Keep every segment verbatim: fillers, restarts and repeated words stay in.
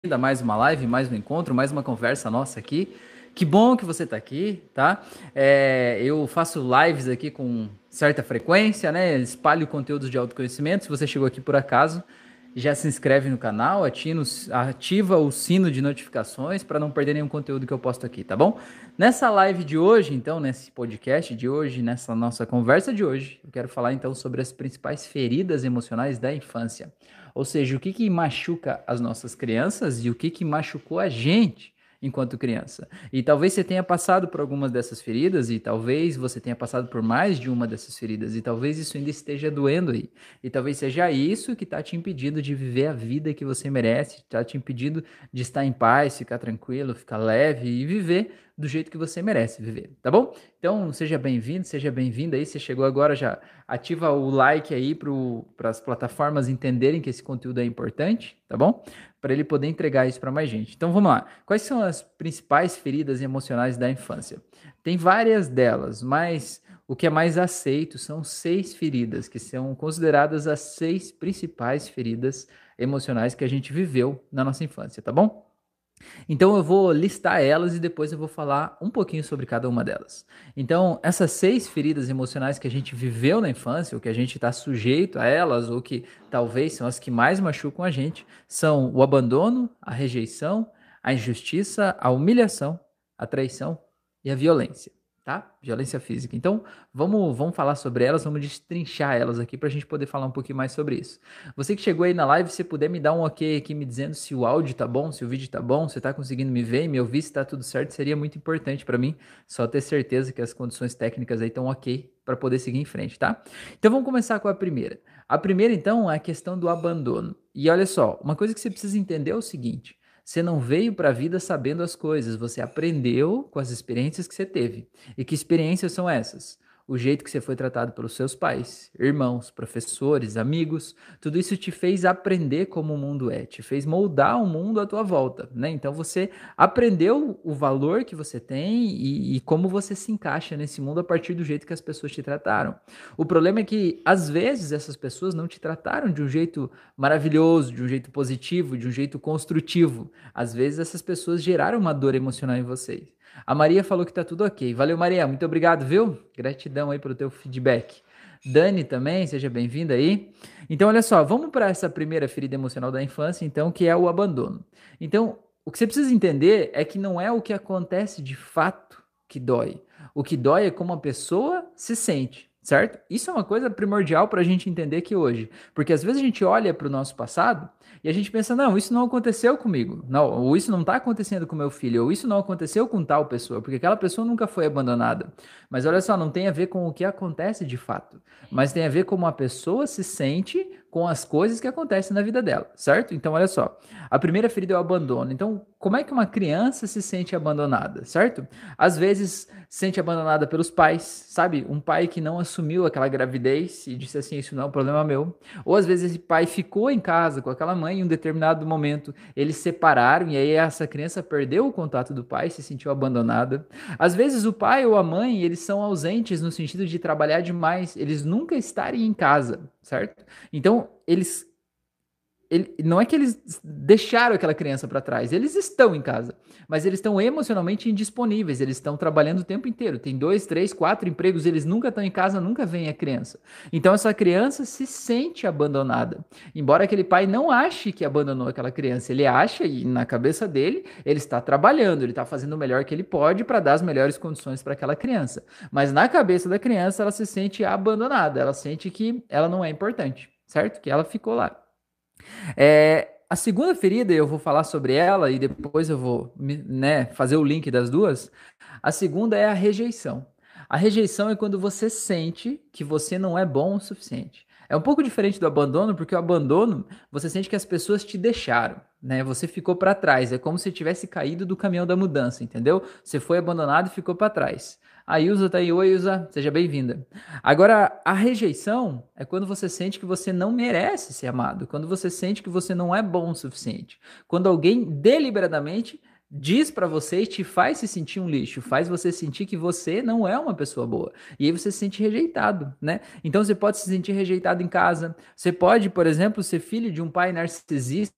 a mais uma live, mais um encontro, mais uma conversa nossa aqui. Que bom que você está aqui, tá? É, eu faço lives aqui com certa frequência, né? Espalho conteúdos de autoconhecimento. Se você chegou aqui por acaso, já se inscreve no canal, ativa, ativa o sino de notificações para não perder nenhum conteúdo que eu posto aqui, tá bom? Nessa live de hoje, então, nesse podcast de hoje, nessa nossa conversa de hoje, eu quero falar então sobre as principais feridas emocionais da infância. Ou seja, o que que machuca as nossas crianças e o que que machucou a gente enquanto criança. E talvez você tenha passado por algumas dessas feridas e talvez você tenha passado por mais de uma dessas feridas e talvez isso ainda esteja doendo aí. E talvez seja isso que está te impedindo de viver a vida que você merece, está te impedindo de estar em paz, ficar tranquilo, ficar leve e viver do jeito que você merece viver, tá bom? Então, seja bem-vindo, seja bem-vinda aí. Você chegou agora, já ativa o like aí para as plataformas entenderem que esse conteúdo é importante, tá bom? Para ele poder entregar isso para mais gente. Então, vamos lá. Quais são as principais feridas emocionais da infância? Tem várias delas, mas o que é mais aceito são seis feridas, que são consideradas as seis principais feridas emocionais que a gente viveu na nossa infância, tá bom? Então eu vou listar elas e depois eu vou falar um pouquinho sobre cada uma delas. Então, essas seis feridas emocionais que a gente viveu na infância, ou que a gente está sujeito a elas, ou que talvez são as que mais machucam a gente, são o abandono, a rejeição, a injustiça, a humilhação, a traição e a violência, tá? Violência física. Então, vamos, vamos falar sobre elas, vamos destrinchar elas aqui para a gente poder falar um pouquinho mais sobre isso. Você que chegou aí na live, se puder me dar um ok aqui me dizendo se o áudio tá bom, se o vídeo tá bom, se tá conseguindo me ver e me ouvir, se tá tudo certo, seria muito importante para mim, só ter certeza que as condições técnicas aí estão ok para poder seguir em frente, tá? Então vamos começar com a primeira. A primeira então é a questão do abandono. E olha só, uma coisa que você precisa entender é o seguinte: você não veio para a vida sabendo as coisas, você aprendeu com as experiências que você teve. E que experiências são essas? O jeito que você foi tratado pelos seus pais, irmãos, professores, amigos, tudo isso te fez aprender como o mundo é, te fez moldar o mundo à tua volta, né? Então você aprendeu o valor que você tem e, e como você se encaixa nesse mundo a partir do jeito que as pessoas te trataram. O problema é que, às vezes, essas pessoas não te trataram de um jeito maravilhoso, de um jeito positivo, de um jeito construtivo. Às vezes, essas pessoas geraram uma dor emocional em vocês. A Maria falou que tá tudo ok. Valeu, Maria. Muito obrigado, viu? Gratidão aí pelo teu feedback. Dani também, seja bem-vinda aí. Então, olha só, vamos para essa primeira ferida emocional da infância, então, que é o abandono. Então, o que você precisa entender é que não é o que acontece de fato que dói. O que dói é como a pessoa se sente, certo? Isso é uma coisa primordial para a gente entender aqui hoje. Porque às vezes a gente olha para o nosso passado e a gente pensa, não, isso não aconteceu comigo. Não, ou isso não está acontecendo com meu filho, ou isso não aconteceu com tal pessoa, porque aquela pessoa nunca foi abandonada. Mas olha só, não tem a ver com o que acontece de fato, mas tem a ver como a pessoa se sente com as coisas que acontecem na vida dela, certo? Então, olha só, a primeira ferida é o abandono. Então, como é que uma criança se sente abandonada, certo? Às vezes, se sente abandonada pelos pais, sabe? Um pai que não assumiu aquela gravidez e disse assim, isso não é um problema meu. Ou às vezes esse pai ficou em casa com aquela mãe em um determinado momento, eles separaram e aí essa criança perdeu o contato do pai, se sentiu abandonada. Às vezes o pai ou a mãe, eles são ausentes no sentido de trabalhar demais, eles nunca estarem em casa, certo? Então, eles ele, não é que eles deixaram aquela criança para trás, eles estão em casa, mas eles estão emocionalmente indisponíveis, eles estão trabalhando o tempo inteiro, tem dois, três, quatro empregos, eles nunca estão em casa, nunca vem a criança. Então essa criança se sente abandonada, embora aquele pai não ache que abandonou aquela criança, ele acha e na cabeça dele ele está trabalhando, ele está fazendo o melhor que ele pode para dar as melhores condições para aquela criança, mas na cabeça da criança ela se sente abandonada, ela sente que ela não é importante, certo? Que ela ficou lá. É, a segunda ferida, eu vou falar sobre ela e depois eu vou, né, fazer o link das duas. A segunda é a rejeição. A rejeição é quando você sente que você não é bom o suficiente. É um pouco diferente do abandono, porque o abandono, você sente que as pessoas te deixaram, né? Você ficou para trás, é como se tivesse caído do caminhão da mudança, entendeu? Você foi abandonado e ficou para trás. A Ilza tá aí, oi Ilza, seja bem-vinda. Agora, a rejeição é quando você sente que você não merece ser amado, quando você sente que você não é bom o suficiente, quando alguém deliberadamente diz pra você e te faz se sentir um lixo, faz você sentir que você não é uma pessoa boa. E aí você se sente rejeitado, né? Então você pode se sentir rejeitado em casa, você pode, por exemplo, ser filho de um pai narcisista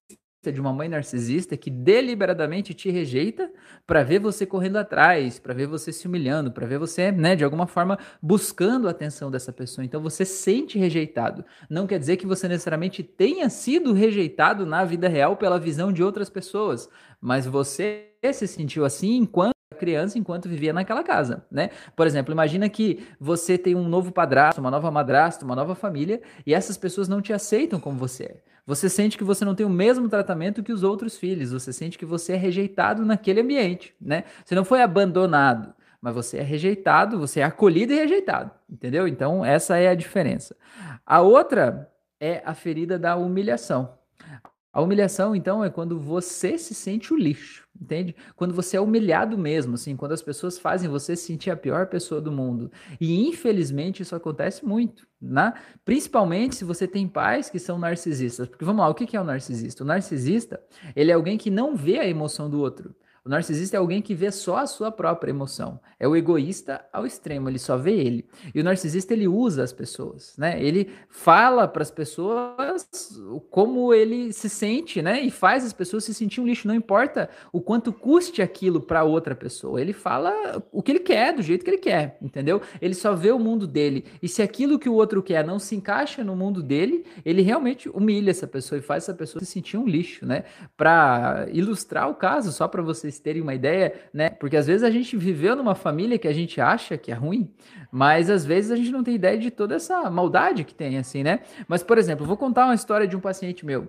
de uma mãe narcisista que deliberadamente te rejeita para ver você correndo atrás, para ver você se humilhando, para ver você, né, de alguma forma buscando a atenção dessa pessoa. Então você sente rejeitado. Não quer dizer que você necessariamente tenha sido rejeitado na vida real pela visão de outras pessoas, mas você se sentiu assim enquanto criança, enquanto vivia naquela casa, né? Por exemplo, imagina que você tem um novo padrasto, uma nova madrasta, uma nova família, e essas pessoas não te aceitam como você é. Você sente que você não tem o mesmo tratamento que os outros filhos, você sente que você é rejeitado naquele ambiente, né? Você não foi abandonado, mas você é rejeitado, você é acolhido e rejeitado, entendeu? Então, essa é a diferença. A outra é a ferida da humilhação. A humilhação, então, é quando você se sente o lixo, entende? Quando você é humilhado mesmo, assim, quando as pessoas fazem você se sentir a pior pessoa do mundo. E, infelizmente, isso acontece muito, né? Principalmente se você tem pais que são narcisistas. Porque, vamos lá, o que é o narcisista? O narcisista, ele é alguém que não vê a emoção do outro. O narcisista é alguém que vê só a sua própria emoção. É o egoísta ao extremo, ele só vê ele. E o narcisista, ele usa as pessoas, né? Ele fala para as pessoas como ele se sente, né? E faz as pessoas se sentir um lixo. Não importa o quanto custe aquilo para outra pessoa. Ele fala o que ele quer, do jeito que ele quer, entendeu? Ele só vê o mundo dele. E se aquilo que o outro quer não se encaixa no mundo dele, ele realmente humilha essa pessoa e faz essa pessoa se sentir um lixo, né? Para ilustrar o caso, só para vocês terem uma ideia, né? Porque às vezes a gente viveu numa família que a gente acha que é ruim, mas às vezes a gente não tem ideia de toda essa maldade que tem, assim, né? Mas, por exemplo, eu vou contar uma história de um paciente meu.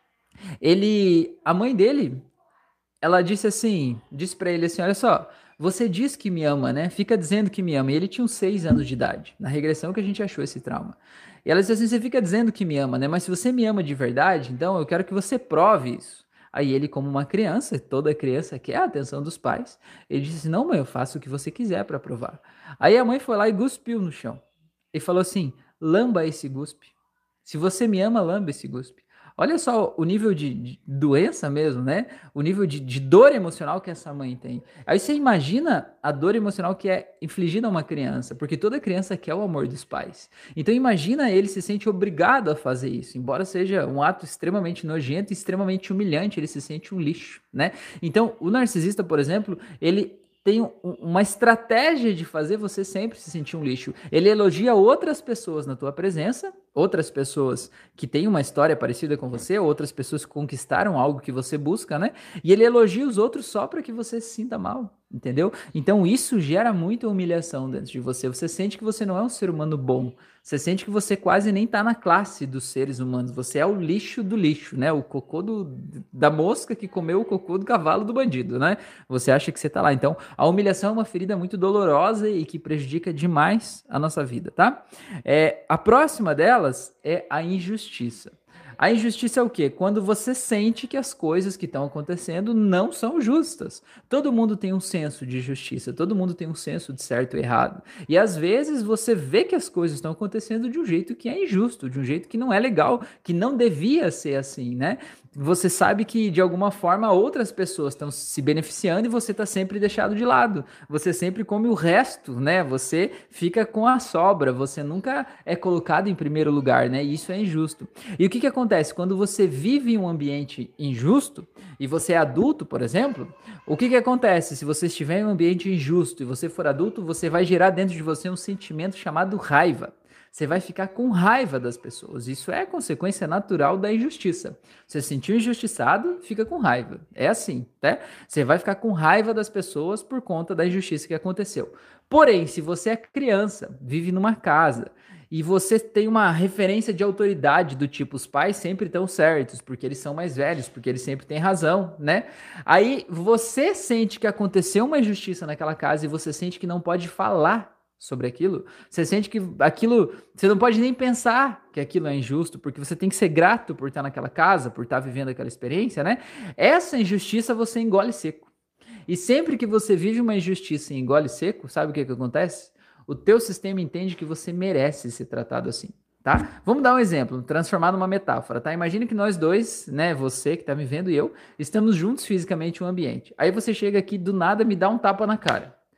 Ele, a mãe dele, ela disse assim, disse para ele assim, olha só, você diz que me ama, né? Fica dizendo que me ama. E ele tinha uns seis anos de idade, na regressão que a gente achou esse trauma. E ela disse assim, você fica dizendo que me ama, né? Mas se você me ama de verdade, então eu quero que você prove isso. Aí ele, como uma criança, toda criança quer a atenção dos pais, ele disse assim, não, mãe, eu faço o que você quiser para provar. Aí a mãe foi lá e cuspiu no chão. E falou assim, lamba esse guspe. Se você me ama, lamba esse guspe. Olha só o nível de, de doença mesmo, né? O nível de, de dor emocional que essa mãe tem. Aí você imagina a dor emocional que é infligida a uma criança, porque toda criança quer o amor dos pais. Então imagina ele se sente obrigado a fazer isso, embora seja um ato extremamente nojento e extremamente humilhante, ele se sente um lixo, né? Então o narcisista, por exemplo, ele tem um, uma estratégia de fazer você sempre se sentir um lixo. Ele elogia outras pessoas na tua presença, outras pessoas que têm uma história parecida com você, outras pessoas que conquistaram algo que você busca, né? E ele elogia os outros só para que você se sinta mal, entendeu? Então isso gera muita humilhação dentro de você. Você sente que você não é um ser humano bom. Você sente que você quase nem tá na classe dos seres humanos. Você é o lixo do lixo, né? O cocô do, da mosca que comeu o cocô do cavalo do bandido, né? Você acha que você tá lá. Então, a humilhação é uma ferida muito dolorosa e que prejudica demais a nossa vida, tá? É, a próxima delas é a injustiça. A injustiça é o quê? Quando você sente que as coisas que estão acontecendo não são justas. Todo mundo tem um senso de justiça, todo mundo tem um senso de certo e errado. E às vezes você vê que as coisas estão acontecendo de um jeito que é injusto, de um jeito que não é legal, que não devia ser assim, né? Você sabe que de alguma forma outras pessoas estão se beneficiando e você está sempre deixado de lado. Você sempre come o resto, né? Você fica com a sobra, você nunca é colocado em primeiro lugar, né? E isso é injusto. E o que que acontece? Quando você vive em um ambiente injusto e você é adulto, por exemplo, o que que acontece? Se você estiver em um ambiente injusto e você for adulto, você vai gerar dentro de você um sentimento chamado raiva. Você vai ficar com raiva das pessoas. Isso é consequência natural da injustiça. Você se sentiu injustiçado, fica com raiva. É assim, né? Você vai ficar com raiva das pessoas por conta da injustiça que aconteceu. Porém, se você é criança, vive numa casa e você tem uma referência de autoridade do tipo, os pais sempre estão certos, porque eles são mais velhos, porque eles sempre têm razão, né? Aí você sente que aconteceu uma injustiça naquela casa e você sente que não pode falar sobre aquilo, você sente que aquilo, você não pode nem pensar que aquilo é injusto, porque você tem que ser grato por estar naquela casa, por estar vivendo aquela experiência, né? Essa injustiça você engole seco. E sempre que você vive uma injustiça e engole seco, sabe o que que acontece? O teu sistema entende que você merece ser tratado assim, tá? Vamos dar um exemplo, transformar numa metáfora, tá? Imagina que nós dois, né, você que tá me vendo e eu, estamos juntos fisicamente em um ambiente. Aí você chega aqui do nada, me dá um tapa na cara.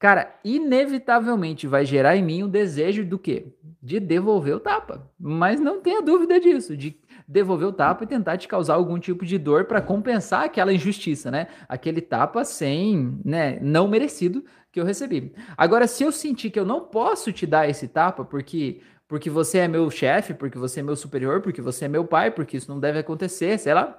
cara, inevitavelmente vai gerar em mim um desejo do quê? De devolver o tapa. Mas não tenha dúvida disso, de devolver o tapa e tentar te causar algum tipo de dor para compensar aquela injustiça, né? Aquele tapa sem, né, não merecido que eu recebi. Agora, se eu sentir que eu não posso te dar esse tapa porque porque você é meu chefe, porque você é meu superior, porque você é meu pai, porque isso não deve acontecer, sei lá,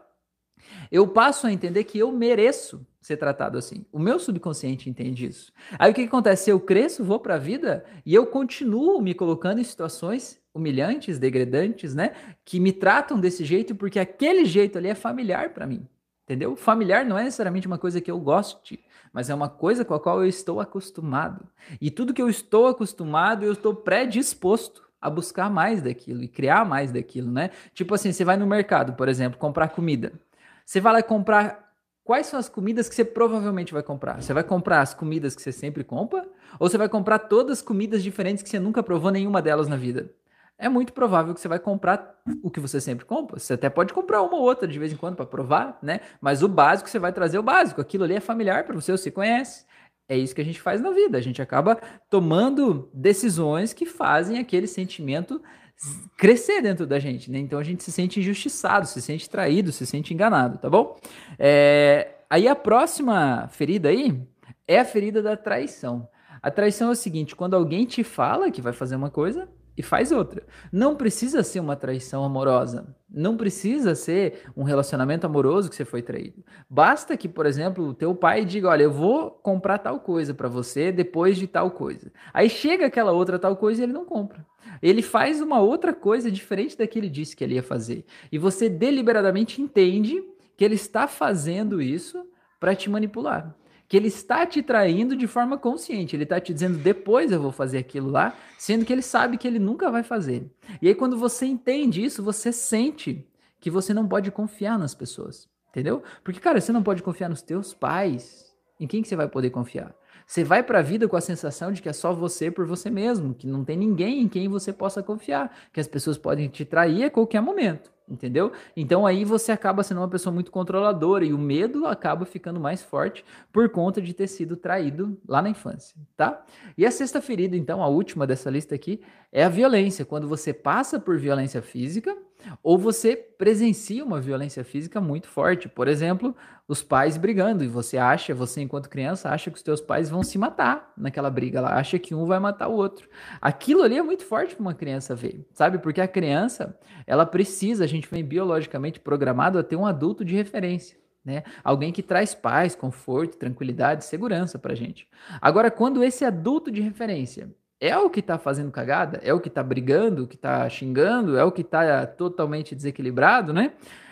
eu passo a entender que eu mereço ser tratado assim. O meu subconsciente entende isso. Aí o que, que acontece? Eu cresço, vou para a vida e eu continuo me colocando em situações humilhantes, degradantes, né? Que me tratam desse jeito porque aquele jeito ali é familiar para mim. Entendeu? Familiar não é necessariamente uma coisa que eu goste, mas é uma coisa com a qual eu estou acostumado. E tudo que eu estou acostumado, eu estou predisposto a buscar mais daquilo e criar mais daquilo, né? Tipo assim, você vai no mercado, por exemplo, comprar comida. Você vai lá comprar. Quais são as comidas que você provavelmente vai comprar? Você vai comprar as comidas que você sempre compra? Ou você vai comprar todas as comidas diferentes que você nunca provou nenhuma delas na vida? É muito provável que você vai comprar o que você sempre compra. Você até pode comprar uma ou outra de vez em quando para provar, né? Mas o básico você vai trazer o básico. Aquilo ali é familiar para você, você conhece. É isso que a gente faz na vida. A gente acaba tomando decisões que fazem aquele sentimento crescer dentro da gente, né? Então a gente se sente injustiçado, se sente traído, se sente enganado, tá bom? É... Aí a próxima ferida aí é a ferida da traição. A traição é o seguinte: quando alguém te fala que vai fazer uma coisa e faz outra. Não precisa ser uma traição amorosa. Não precisa ser um relacionamento amoroso que você foi traído. Basta que, por exemplo, o teu pai diga: olha, eu vou comprar tal coisa para você depois de tal coisa. Aí chega aquela outra tal coisa e ele não compra. Ele faz uma outra coisa diferente da que ele disse que ele ia fazer. E você deliberadamente entende que ele está fazendo isso para te manipular. Que ele está te traindo de forma consciente. Ele está te dizendo: depois eu vou fazer aquilo lá, sendo que ele sabe que ele nunca vai fazer. E aí, quando você entende isso, você sente que você não pode confiar nas pessoas. Entendeu? Porque, cara, você não pode confiar nos teus pais. Em quem que você vai poder confiar? Você vai para a vida com a sensação de que é só você por você mesmo, que não tem ninguém em quem você possa confiar, que as pessoas podem te trair a qualquer momento, entendeu? Então aí você acaba sendo uma pessoa muito controladora e o medo acaba ficando mais forte por conta de ter sido traído lá na infância, tá? E a sexta ferida, então, a última dessa lista aqui, é a violência, quando você passa por violência física ou você presencia uma violência física muito forte. Por exemplo, os pais brigando e você acha, você enquanto criança, acha que os teus pais vão se matar naquela briga, ela acha que um vai matar o outro. Aquilo ali é muito forte para uma criança ver, sabe? Porque a criança, ela precisa, a gente vem biologicamente programado a ter um adulto de referência. Né? Alguém que traz paz, conforto, tranquilidade, segurança pra gente. Agora, quando esse adulto de referência é o que tá fazendo cagada, é o que tá brigando, o que tá xingando, é o que tá totalmente desequilibrado, né?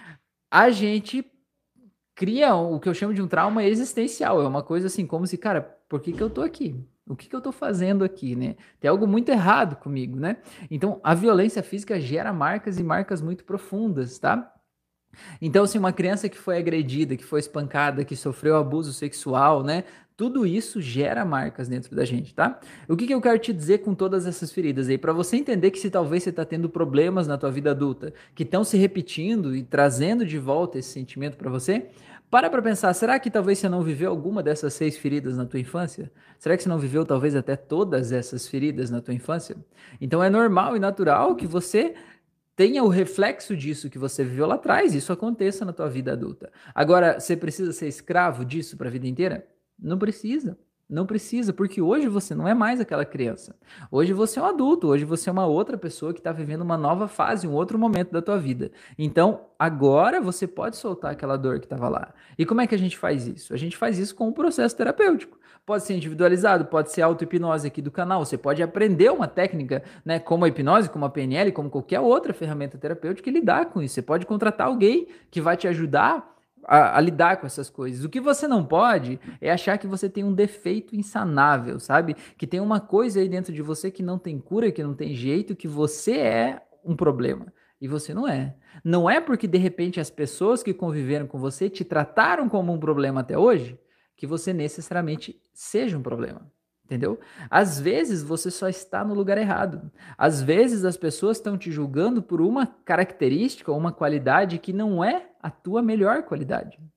A gente cria o que eu chamo de um trauma existencial. É uma coisa assim, como se, cara, por que que eu tô aqui? O que que eu tô fazendo aqui, né? Tem algo muito errado comigo, né? Então, a violência física gera marcas e marcas muito profundas, tá? Então, se uma criança que foi agredida, que foi espancada, que sofreu abuso sexual, né? Tudo isso gera marcas dentro da gente, tá? O que, que eu quero te dizer com todas essas feridas aí? Para você entender que se talvez você está tendo problemas na tua vida adulta, que estão se repetindo e trazendo de volta esse sentimento para você, para para pensar, será que talvez você não viveu alguma dessas seis feridas na tua infância? Será que você não viveu talvez até todas essas feridas na tua infância? Então é normal e natural que você tenha o reflexo disso que você viveu lá atrás, isso aconteça na tua vida adulta. Agora, você precisa ser escravo disso para a vida inteira? Não precisa. Não precisa, porque hoje você não é mais aquela criança. Hoje você é um adulto, hoje você é uma outra pessoa que está vivendo uma nova fase, um outro momento da tua vida. Então, agora você pode soltar aquela dor que estava lá. E como é que a gente faz isso? A gente faz isso com um processo terapêutico. Pode ser individualizado, pode ser auto-hipnose aqui do canal. Você pode aprender uma técnica, né, como a hipnose, como a P N L, como qualquer outra ferramenta terapêutica e lidar com isso. Você pode contratar alguém que vai te ajudar a, a lidar com essas coisas. O que você não pode é achar que você tem um defeito insanável, sabe? Que tem uma coisa aí dentro de você que não tem cura, que não tem jeito, que você é um problema. E você não é. Não é porque, de repente, as pessoas que conviveram com você te trataram como um problema até hoje, que você necessariamente seja um problema. Entendeu? Às vezes você só está no lugar errado. Às vezes as pessoas estão te julgando por uma característica ou uma qualidade que não é a tua melhor qualidade.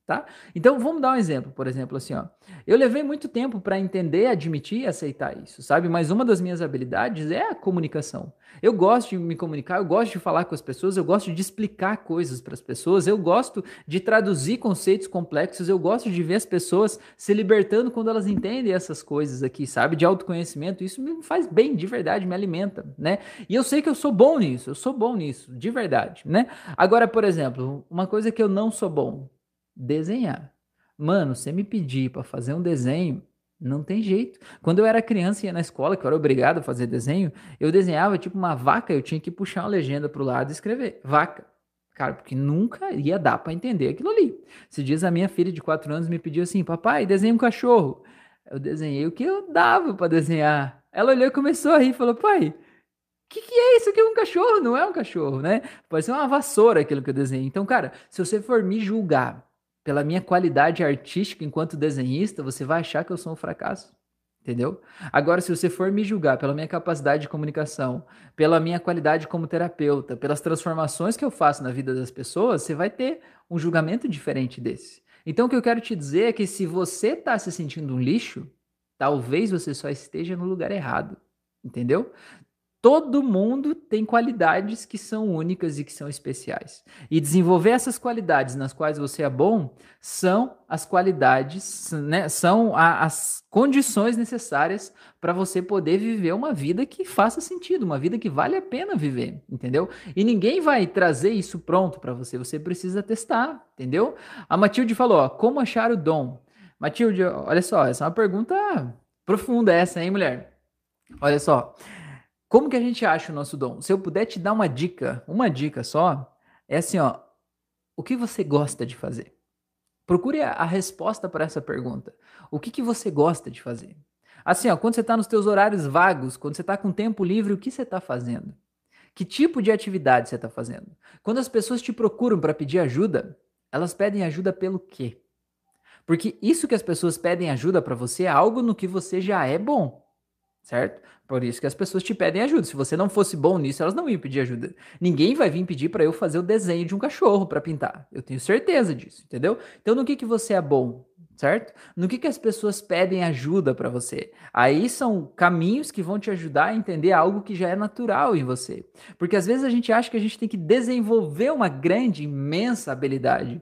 Tá? Então, vamos dar um exemplo, por exemplo, assim, ó. Eu levei muito tempo para entender, admitir e aceitar isso, sabe? Mas uma das minhas habilidades é a comunicação. Eu gosto de me comunicar, eu gosto de falar com as pessoas, eu gosto de explicar coisas para as pessoas, eu gosto de traduzir conceitos complexos, eu gosto de ver as pessoas se libertando quando elas entendem essas coisas aqui, sabe? De autoconhecimento, isso me faz bem, de verdade, me alimenta, né? E eu sei que eu sou bom nisso, eu sou bom nisso, de verdade, né? Agora, por exemplo, uma coisa que eu não sou bom, desenhar. Mano, você me pedir para fazer um desenho, não tem jeito. Quando eu era criança e ia na escola, que eu era obrigado a fazer desenho, eu desenhava tipo uma vaca, eu tinha que puxar uma legenda pro lado e escrever vaca. Cara, porque nunca ia dar para entender aquilo ali. Esses dias a minha filha de quatro anos me pediu assim, papai, desenha um cachorro. Eu desenhei o que eu dava para desenhar. Ela olhou e começou a rir e falou, pai, o que, que é isso aqui? É um cachorro? Não é um cachorro, né? Pode ser uma vassoura aquilo que eu desenhei. Então, cara, se você for me julgar pela minha qualidade artística enquanto desenhista, você vai achar que eu sou um fracasso. Entendeu? Agora, se você for me julgar pela minha capacidade de comunicação, pela minha qualidade como terapeuta, pelas transformações que eu faço na vida das pessoas, você vai ter um julgamento diferente desse. Então, o que eu quero te dizer é que se você está se sentindo um lixo, talvez você só esteja no lugar errado. Entendeu? Todo mundo tem qualidades que são únicas e que são especiais. E desenvolver essas qualidades nas quais você é bom são as qualidades, né, são a, as condições necessárias para você poder viver uma vida que faça sentido, uma vida que vale a pena viver, entendeu? E ninguém vai trazer isso pronto para você, você precisa testar, entendeu? A Matilde falou, ó, como achar o dom? Matilde, olha só, essa é uma pergunta profunda essa, hein, mulher? Olha só. Como que a gente acha o nosso dom? Se eu puder te dar uma dica, uma dica só, é assim, ó, o que você gosta de fazer? Procure a, a resposta para essa pergunta. O que que você gosta de fazer? Assim, ó, quando você está nos teus horários vagos, quando você está com tempo livre, o que você está fazendo? Que tipo de atividade você está fazendo? Quando as pessoas te procuram para pedir ajuda, elas pedem ajuda pelo quê? Porque isso que as pessoas pedem ajuda para você é algo no que você já é bom. Certo? Por isso que as pessoas te pedem ajuda. Se você não fosse bom nisso, elas não iam pedir ajuda. Ninguém vai vir pedir para eu fazer o desenho de um cachorro para pintar. Eu tenho certeza disso, entendeu? Então, no que que você é bom, certo? No que que as pessoas pedem ajuda para você? Aí são caminhos que vão te ajudar a entender algo que já é natural em você. Porque às vezes a gente acha que a gente tem que desenvolver uma grande, imensa habilidade.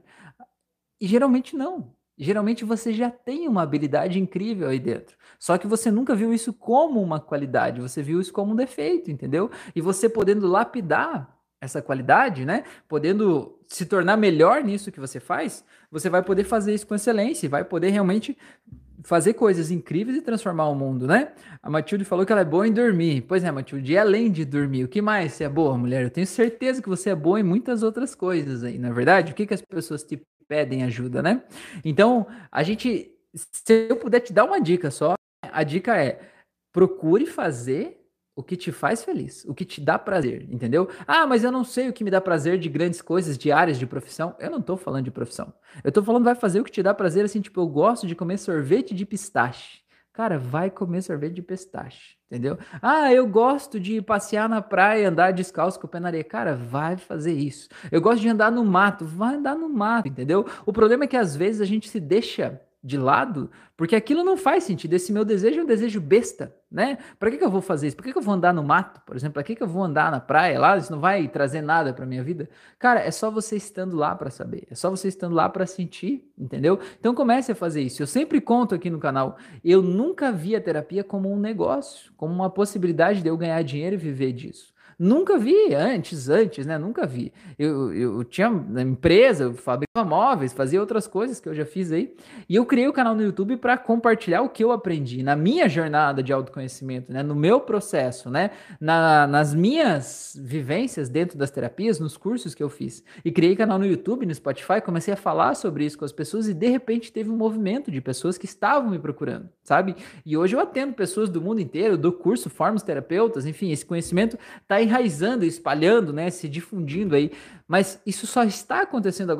E geralmente não. Geralmente você já tem uma habilidade incrível aí dentro. Só que você nunca viu isso como uma qualidade, você viu isso como um defeito, entendeu? E você podendo lapidar essa qualidade, né? Podendo se tornar melhor nisso que você faz, você vai poder fazer isso com excelência, vai poder realmente fazer coisas incríveis e transformar o mundo, né? A Matilde falou que ela é boa em dormir. Pois é, Matilde, e além de dormir, o que mais você é boa, mulher? Eu tenho certeza que você é boa em muitas outras coisas aí, na é verdade? O que, que as pessoas te pedem ajuda, né? Então, a gente, se eu puder te dar uma dica só, a dica é: procure fazer o que te faz feliz, o que te dá prazer, entendeu? Ah, mas eu não sei o que me dá prazer de grandes coisas, de áreas de profissão. Eu não tô falando de profissão. Eu tô falando vai fazer o que te dá prazer, assim, tipo, eu gosto de comer sorvete de pistache. Cara, vai comer sorvete de pistache, entendeu? Ah, eu gosto de passear na praia, andar descalço com o pé na areia. Cara, vai fazer isso. Eu gosto de andar no mato, vai andar no mato, entendeu? O problema é que às vezes a gente se deixa de lado, porque aquilo não faz sentido. Esse meu desejo é um desejo besta, né? Para que, que eu vou fazer isso? Por que, que eu vou andar no mato, por exemplo? Para que, que eu vou andar na praia lá? Isso não vai trazer nada para minha vida. Cara, é só você estando lá para saber. É só você estando lá para sentir, entendeu? Então comece a fazer isso. Eu sempre conto aqui no canal, eu nunca vi a terapia como um negócio, como uma possibilidade de eu ganhar dinheiro e viver disso. Nunca vi antes, antes, né? Nunca vi. Eu, eu, eu tinha na empresa, eu fabricava móveis, fazia outras coisas que eu já fiz aí. E eu criei o canal no YouTube para compartilhar o que eu aprendi na minha jornada de autoconhecimento, né? No meu processo, né? Na, nas minhas vivências dentro das terapias, nos cursos que eu fiz. E criei canal no YouTube, no Spotify, comecei a falar sobre isso com as pessoas e de repente teve um movimento de pessoas que estavam me procurando, sabe? E hoje eu atendo pessoas do mundo inteiro, dou curso, formo os terapeutas, enfim, esse conhecimento está enraizando, espalhando, né, se difundindo aí, mas isso só está acontecendo agora porque eu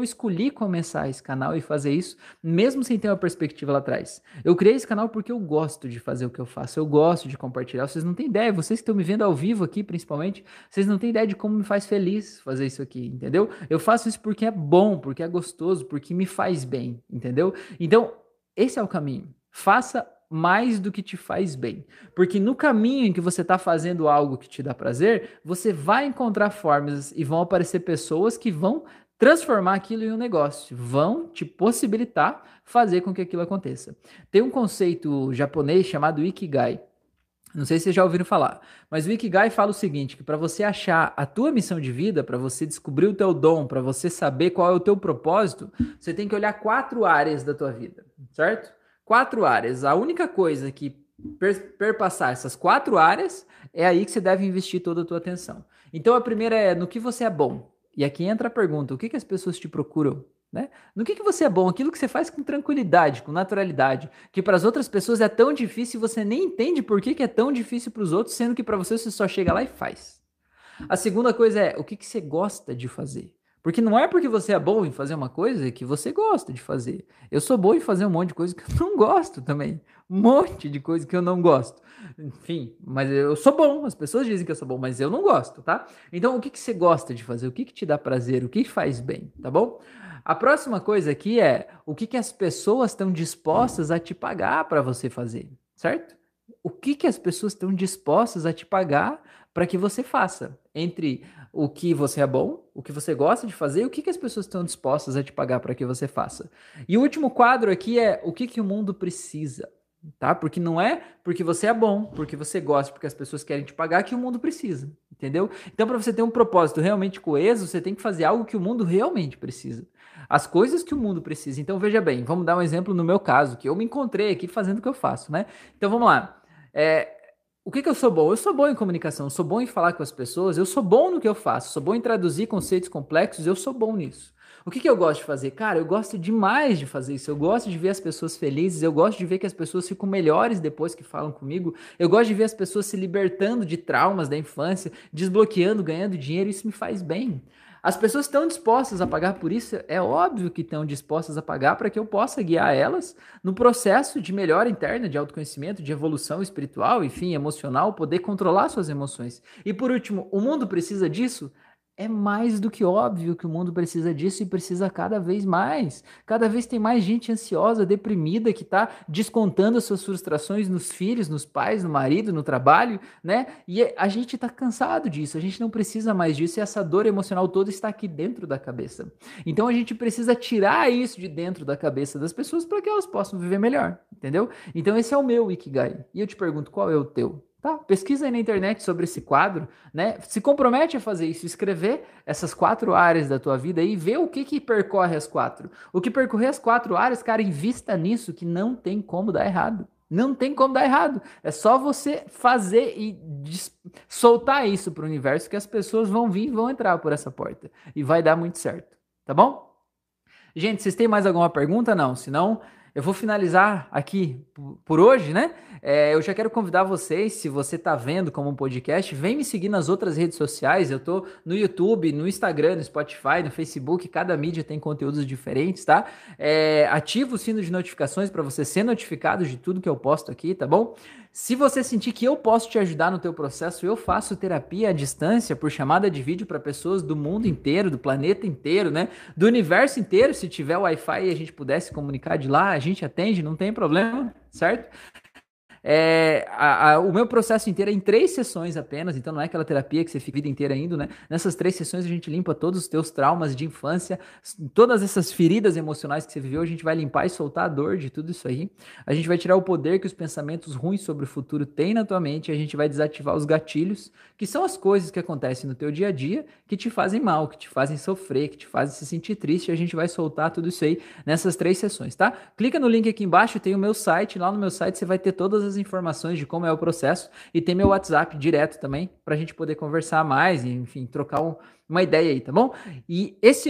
eu escolhi começar esse canal e fazer isso, mesmo sem ter uma perspectiva lá atrás. Eu criei esse canal porque eu gosto de fazer o que eu faço, eu gosto de compartilhar. Vocês não têm ideia, vocês que estão me vendo ao vivo aqui, principalmente, vocês não têm ideia de como me faz feliz fazer isso aqui, entendeu? Eu faço isso porque é bom, porque é gostoso, porque me faz bem, entendeu? Então, esse é o caminho. Faça mais do que te faz bem. Porque no caminho em que você está fazendo algo que te dá prazer, você vai encontrar formas e vão aparecer pessoas que vão transformar aquilo em um negócio, vão te possibilitar fazer com que aquilo aconteça. Tem um conceito japonês chamado Ikigai. Não sei se vocês já ouviram falar, mas o Ikigai fala o seguinte, que para você achar a tua missão de vida, para você descobrir o teu dom, para você saber qual é o teu propósito, você tem que olhar quatro áreas da tua vida, certo? Quatro áreas. A única coisa que per perpassar essas quatro áreas é aí que você deve investir toda a tua atenção. Então a primeira é no que você é bom. E aqui entra a pergunta, o que, que as pessoas te procuram? Né? No que, que você é bom? Aquilo que você faz com tranquilidade, com naturalidade, que para as outras pessoas é tão difícil e você nem entende por que, que é tão difícil para os outros, sendo que para você você só chega lá e faz. A segunda coisa é o que, que você gosta de fazer. Porque não é porque você é bom em fazer uma coisa que você gosta de fazer. Eu sou bom em fazer um monte de coisa que eu não gosto também. Um monte de coisa que eu não gosto. Enfim, mas eu sou bom. As pessoas dizem que eu sou bom, mas eu não gosto, tá? Então, o que, que você gosta de fazer? O que, que te dá prazer? O que, que faz bem, tá bom? A próxima coisa aqui é o que, que as pessoas estão dispostas a te pagar para você fazer, certo? O que, que as pessoas estão dispostas a te pagar para que você faça? Entre o que você é bom, o que você gosta de fazer e o que, que as pessoas estão dispostas a te pagar para que você faça. E o último quadro aqui é o que, que o mundo precisa, tá? Porque não é porque você é bom, porque você gosta, porque as pessoas querem te pagar que o mundo precisa, entendeu? Então, para você ter um propósito realmente coeso, você tem que fazer algo que o mundo realmente precisa. As coisas que o mundo precisa. Então, veja bem, vamos dar um exemplo no meu caso, que eu me encontrei aqui fazendo o que eu faço, né? Então, vamos lá. É, o que, que eu sou bom? Eu sou bom em comunicação, eu sou bom em falar com as pessoas, eu sou bom no que eu faço, sou bom em traduzir conceitos complexos, eu sou bom nisso. O que, que eu gosto de fazer? Cara, eu gosto demais de fazer isso, eu gosto de ver as pessoas felizes, eu gosto de ver que as pessoas ficam melhores depois que falam comigo, eu gosto de ver as pessoas se libertando de traumas da infância, desbloqueando, ganhando dinheiro, isso me faz bem. As pessoas estão dispostas a pagar por isso, é óbvio que estão dispostas a pagar para que eu possa guiar elas no processo de melhora interna, de autoconhecimento, de evolução espiritual, enfim, emocional, poder controlar suas emoções. E por último, o mundo precisa disso? É mais do que óbvio que o mundo precisa disso e precisa cada vez mais. Cada vez tem mais gente ansiosa, deprimida, que está descontando as suas frustrações nos filhos, nos pais, no marido, no trabalho, né? E a gente está cansado disso, a gente não precisa mais disso e essa dor emocional toda está aqui dentro da cabeça. Então a gente precisa tirar isso de dentro da cabeça das pessoas para que elas possam viver melhor, entendeu? Então esse é o meu Ikigai. E eu te pergunto, qual é o teu? Tá, pesquisa aí na internet sobre esse quadro, né? Se compromete a fazer isso, escrever essas quatro áreas da tua vida e ver o que que percorre as quatro. O que percorrer as quatro áreas, cara, invista nisso que não tem como dar errado. Não tem como dar errado. É só você fazer e soltar isso para o universo que as pessoas vão vir e vão entrar por essa porta. E vai dar muito certo, tá bom? Gente, vocês têm mais alguma pergunta? Não, senão eu vou finalizar aqui por hoje, né? É, eu já quero convidar vocês, se você tá vendo como um podcast, vem me seguir nas outras redes sociais. Eu tô no YouTube, no Instagram, no Spotify, no Facebook, cada mídia tem conteúdos diferentes, tá? É, ativa o sino de notificações para você ser notificado de tudo que eu posto aqui, tá bom? Se você sentir que eu posso te ajudar no teu processo, eu faço terapia à distância por chamada de vídeo para pessoas do mundo inteiro, do planeta inteiro, né? Do universo inteiro. Se tiver Wi-Fi e a gente pudesse comunicar de lá, a gente atende, não tem problema, certo? É, a, a, o meu processo inteiro é em três sessões apenas, então não é aquela terapia que você fica a vida inteira indo, né? Nessas três sessões a gente limpa todos os teus traumas de infância, todas essas feridas emocionais que você viveu, a gente vai limpar e soltar a dor de tudo isso aí. A gente vai tirar o poder que os pensamentos ruins sobre o futuro têm na tua mente, a gente vai desativar os gatilhos, que são as coisas que acontecem no teu dia a dia, que te fazem mal, que te fazem sofrer, que te fazem se sentir triste, e a gente vai soltar tudo isso aí nessas três sessões, tá? Clica no link aqui embaixo, tem o meu site, lá no meu site você vai ter todas as informações de como é o processo e tem meu WhatsApp direto também pra gente poder conversar mais e, enfim, trocar um, uma ideia aí, tá bom? E esse ano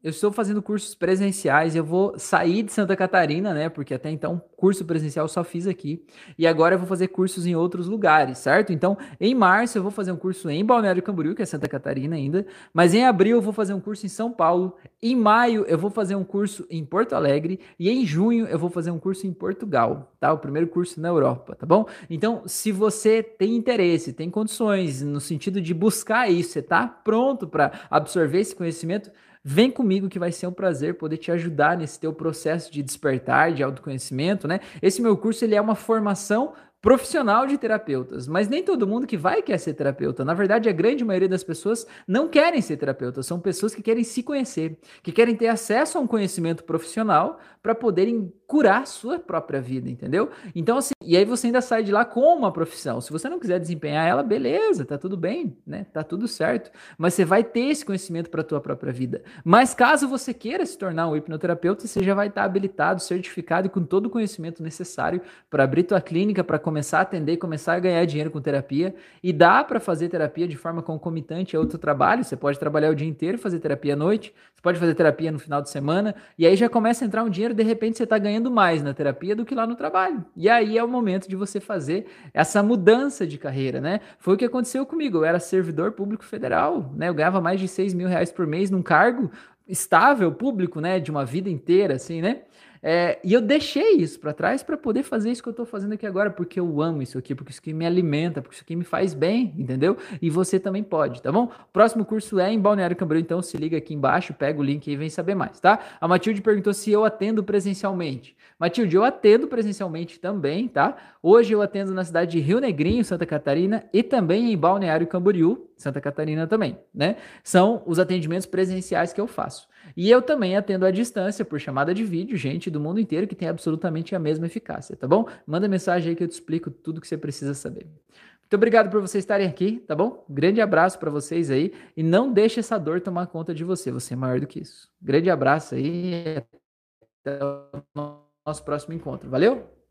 eu estou fazendo cursos presenciais, eu vou sair de Santa Catarina, né? Porque até então, curso presencial eu só fiz aqui. E agora eu vou fazer cursos em outros lugares, certo? Então, em março eu vou fazer um curso em Balneário Camboriú, que é Santa Catarina ainda. Mas em abril eu vou fazer um curso em São Paulo. Em maio eu vou fazer um curso em Porto Alegre. E em junho eu vou fazer um curso em Portugal, tá? O primeiro curso na Europa, tá bom? Então, se você tem interesse, tem condições, no sentido de buscar isso, você tá pronto para absorver esse conhecimento, vem comigo que vai ser um prazer poder te ajudar nesse teu processo de despertar, de autoconhecimento, né? Esse meu curso, ele é uma formação profissional de terapeutas, mas nem todo mundo que vai quer ser terapeuta. Na verdade, a grande maioria das pessoas não querem ser terapeutas, são pessoas que querem se conhecer, que querem ter acesso a um conhecimento profissional para poderem curar sua própria vida, entendeu? Então, assim, e aí você ainda sai de lá com uma profissão. Se você não quiser desempenhar ela, beleza, tá tudo bem, né? Tá tudo certo. Mas você vai ter esse conhecimento para a tua própria vida. Mas caso você queira se tornar um hipnoterapeuta, você já vai estar habilitado, certificado e com todo o conhecimento necessário para abrir tua clínica, para começar a atender, começar a ganhar dinheiro com terapia. E dá para fazer terapia de forma concomitante a outro trabalho. Você pode trabalhar o dia inteiro e fazer terapia à noite. Você pode fazer terapia no final de semana. E aí já começa a entrar um dinheiro, de repente você está ganhando mais na terapia do que lá no trabalho. E aí é o momento de você fazer essa mudança de carreira, né? Foi o que aconteceu comigo. Eu era servidor público federal, né? Eu ganhava mais de seis mil reais por mês num cargo estável, público, né? De uma vida inteira, assim, né? É, e eu deixei isso para trás para poder fazer isso que eu estou fazendo aqui agora, porque eu amo isso aqui, porque isso aqui me alimenta, porque isso aqui me faz bem, entendeu? E você também pode, tá bom? Próximo curso é em Balneário Camboriú, então se liga aqui embaixo, pega o link e vem saber mais, tá? A Matilde perguntou se eu atendo presencialmente. Matilde, eu atendo presencialmente também, tá? Hoje eu atendo na cidade de Rio Negrinho, Santa Catarina, e também em Balneário Camboriú, Santa Catarina também, né? São os atendimentos presenciais que eu faço. E eu também atendo à distância por chamada de vídeo, gente do mundo inteiro que tem absolutamente a mesma eficácia, tá bom? Manda mensagem aí que eu te explico tudo que você precisa saber. Muito obrigado por vocês estarem aqui, tá bom? Grande abraço para vocês aí e não deixe essa dor tomar conta de você, você é maior do que isso. Grande abraço aí e até o nosso próximo encontro. Valeu?